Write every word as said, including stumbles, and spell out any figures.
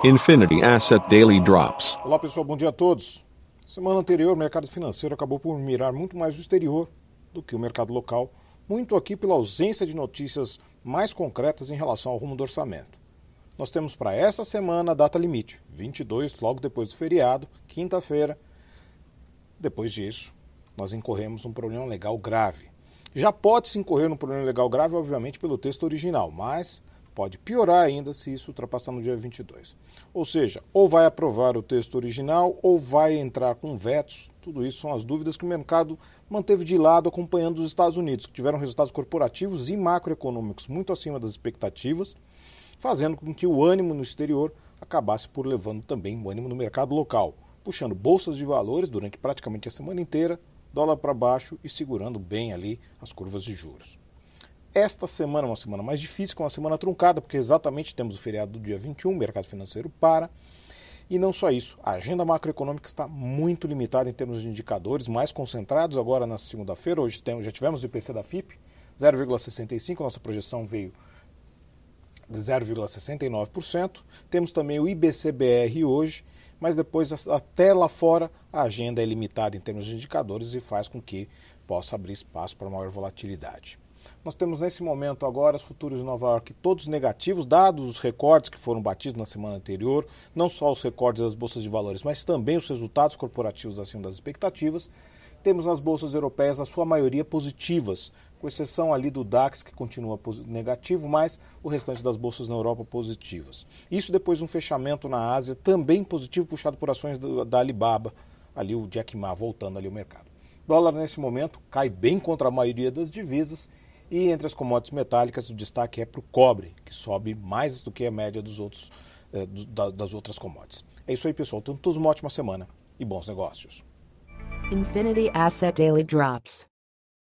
Infinity Asset Daily Drops. Olá pessoal, bom dia a todos. Semana anterior o mercado financeiro acabou por mirar muito mais o exterior do que o mercado local, muito aqui pela ausência de notícias mais concretas em relação ao rumo do orçamento. Nós temos para essa semana a data limite, vinte e dois, logo depois do feriado, quinta-feira. Depois disso, nós incorremos num problema legal grave. Já pode-se incorrer num problema legal grave, obviamente, pelo texto original, mas pode piorar ainda se isso ultrapassar no dia vinte e dois. Ou seja, ou vai aprovar o texto original ou vai entrar com vetos. Tudo isso são as dúvidas que o mercado manteve de lado acompanhando os Estados Unidos, que tiveram resultados corporativos e macroeconômicos muito acima das expectativas, fazendo com que o ânimo no exterior acabasse por levando também o ânimo no mercado local, puxando bolsas de valores durante praticamente a semana inteira, dólar para baixo e segurando bem ali as curvas de juros. Esta semana é uma semana mais difícil, que é uma semana truncada, porque exatamente temos o feriado do dia vinte e um, o mercado financeiro para. E não só isso, a agenda macroeconômica está muito limitada em termos de indicadores, mais concentrados agora na segunda-feira. Hoje temos, já tivemos o I P C da F I P, zero vírgula sessenta e cinco por cento, nossa projeção veio de zero vírgula sessenta e nove por cento. Temos também o I B C B R hoje, mas depois até lá fora a agenda é limitada em termos de indicadores e faz com que possa abrir espaço para maior volatilidade. Nós temos nesse momento agora os futuros de Nova York todos negativos, dados os recordes que foram batidos na semana anterior, não só os recordes das bolsas de valores, mas também os resultados corporativos acima das expectativas. Temos nas bolsas europeias a sua maioria positivas, com exceção ali do DAX que continua negativo, mas o restante das bolsas na Europa positivas. Isso depois de um fechamento na Ásia também positivo, puxado por ações da Alibaba, ali o Jack Ma voltando ali ao mercado. O dólar nesse momento cai bem contra a maioria das divisas. E entre as commodities metálicas, o destaque é para o cobre, que sobe mais do que a média dos outros, eh, das outras commodities. É isso aí, pessoal. Tenham todos uma ótima semana e bons negócios. Infinity Asset Daily Drops.